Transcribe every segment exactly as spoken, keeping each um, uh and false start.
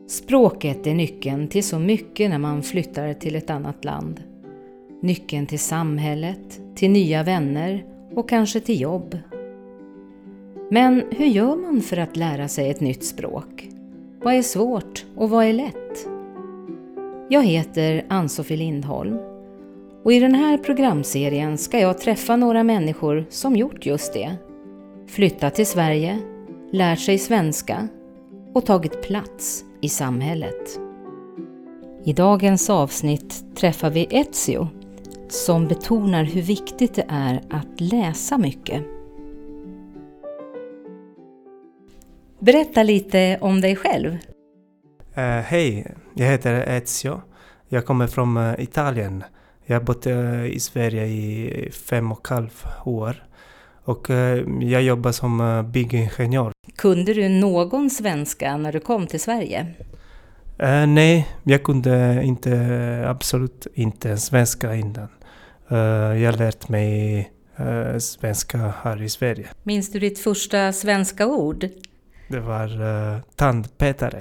Språket är nyckeln till så mycket när man flyttar till ett annat land. Nyckeln till samhället, till nya vänner och kanske till jobb. Men hur gör man för att lära sig ett nytt språk? Vad är svårt och vad är lätt? Jag heter Ann-Sofie Lindholm och i den här programserien ska jag träffa några människor som gjort just det. Flyttat till Sverige, lärt sig svenska och tagit plats i samhället. I dagens avsnitt träffar vi Ezio som betonar hur viktigt det är att läsa mycket. Berätta lite om dig själv. Uh, Hej, jag heter Ezio. Jag kommer från uh, Italien. Jag har bott uh, i Sverige i fem och ett halvt år. Och uh, jag jobbar som uh, byggingenjör. Kunde du någon svenska när du kom till Sverige? Uh, nej, jag kunde inte, absolut inte svenska innan. Uh, jag lärt mig uh, svenska här i Sverige. Minns du ditt första svenska ord? Det var uh, tandpetare.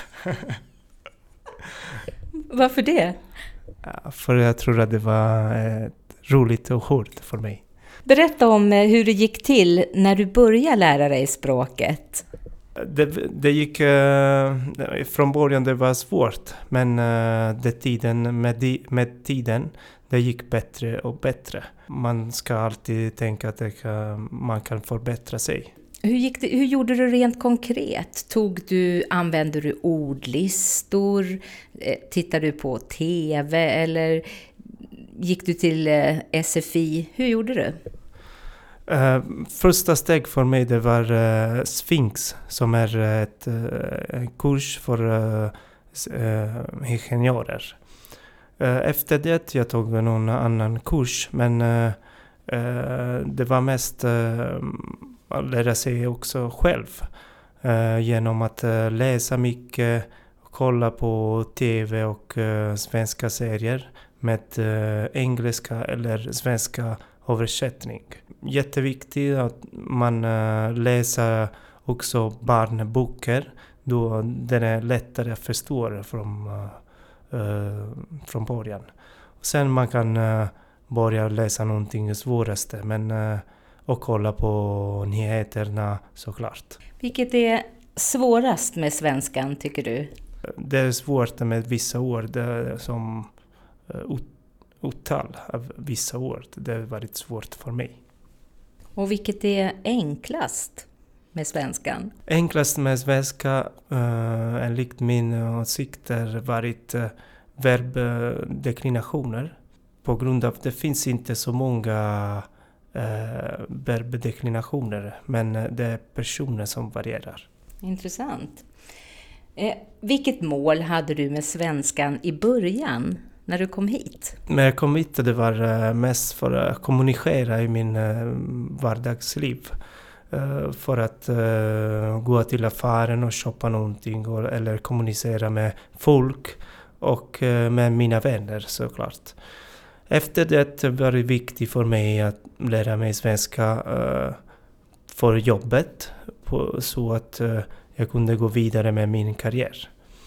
Varför det? Ja, för jag tror att det var ett roligt och hårt för mig. Berätta om hur det gick till när du började lära dig språket. Det, det gick uh, från början, det var svårt, men uh, det tiden, med, di, med tiden det gick bättre och bättre. Man ska alltid tänka att det kan, man kan förbättra sig. Hur, gick det, hur gjorde du rent konkret? Tog du, använde du ordlistor? Tittade du på tv eller gick du till S F I? Hur gjorde du? Uh, första steg för mig det var uh, Sphinx som är ett, uh, en kurs för uh, uh, ingenjörer. Uh, efter det jag tog någon annan kurs, men uh, uh, det var mest uh, att lära sig också själv uh, genom att uh, läsa mycket, kolla på tv och uh, svenska serier med uh, engelska eller svenska översättning. Jätteviktigt att man uh, läser också barnböcker, då den är lättare att förstå från, uh, uh, från början. Sen man kan uh, börja läsa någonting svåraste, men uh, och kolla på nyheterna såklart. Vilket är svårast med svenskan tycker du? Det är svårt med vissa ord som uh, uttal av vissa ord. Det har varit svårt för mig. Och vilket är enklast med svenskan? Enklast med svenska, uh, enligt min åsikt, har varit uh, verbdeklinationer. På grund av att det finns inte så många uh, verbdeklinationer, men det är personer som varierar. Intressant. Eh, vilket mål hade du med svenskan i början? När du kom hit? När jag kom hit det var mest för att kommunicera i min vardagsliv. För att gå till affären och shoppa någonting eller kommunicera med folk och med mina vänner såklart. Efter det var det viktigt för mig att lära mig svenska för jobbet så att jag kunde gå vidare med min karriär.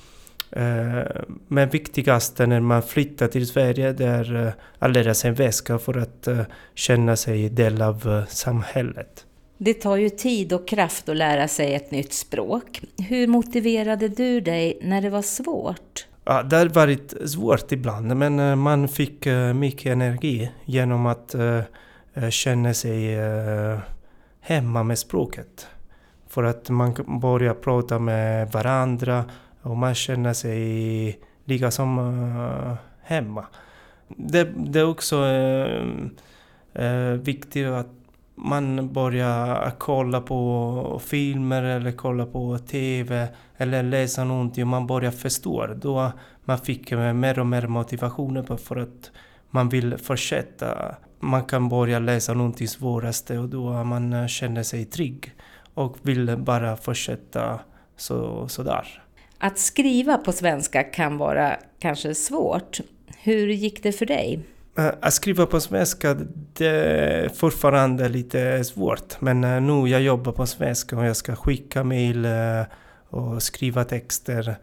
Uh, men viktigaste när man flyttar till Sverige det är uh, att lära sig svenska för att uh, känna sig del av uh, samhället. Det tar ju tid och kraft att lära sig ett nytt språk. Hur motiverade du dig när det var svårt? Ja, det har varit svårt ibland, men uh, man fick uh, mycket energi genom att uh, uh, känna sig uh, hemma med språket. För att man börjar prata med varandra och man känner sig lika som uh, hemma. Det, det är också uh, uh, viktigt att man börjar kolla på filmer eller kolla på tv eller läsa någonting och man börjar förstå. Då man fick mer och mer motivation för att man vill fortsätta. Man kan börja läsa någonting svåraste och då man känner sig trygg och vill bara fortsätta så, så där. Att skriva på svenska kan vara kanske svårt. Hur gick det för dig? Att skriva på svenska det är fortfarande lite svårt. Men nu jag jobbar på svenska och jag ska skicka mejl och skriva texter.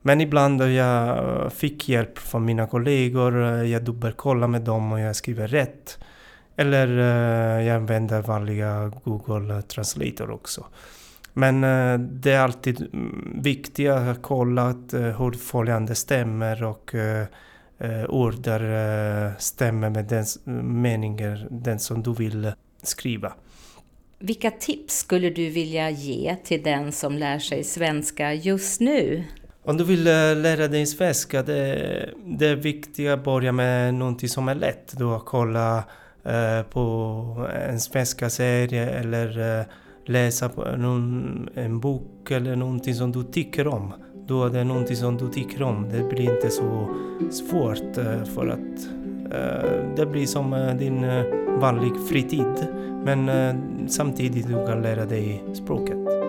Men ibland då jag fick hjälp från mina kollegor, jag dubbelkollar med dem och jag skriver rätt. Eller uh, jag använder vanliga Google Translator också. Men uh, det är alltid viktigt att kolla att, uh, hur följande stämmer och uh, uh, ord uh, stämmer med den meningen den som du vill skriva. Vilka tips skulle du vilja ge till den som lär sig svenska just nu? Om du vill lära dig svenska, det, det är viktigt att börja med någonting som är lätt. Du har kolla eh, på en svenska serie eller eh, läsa på någon, en bok eller någonting som du tycker om. Då är det någonting som du tycker om. Det blir inte så svårt eh, för att eh, det blir som eh, din eh, vanlig fritid. Men eh, samtidigt du kan lära dig språket.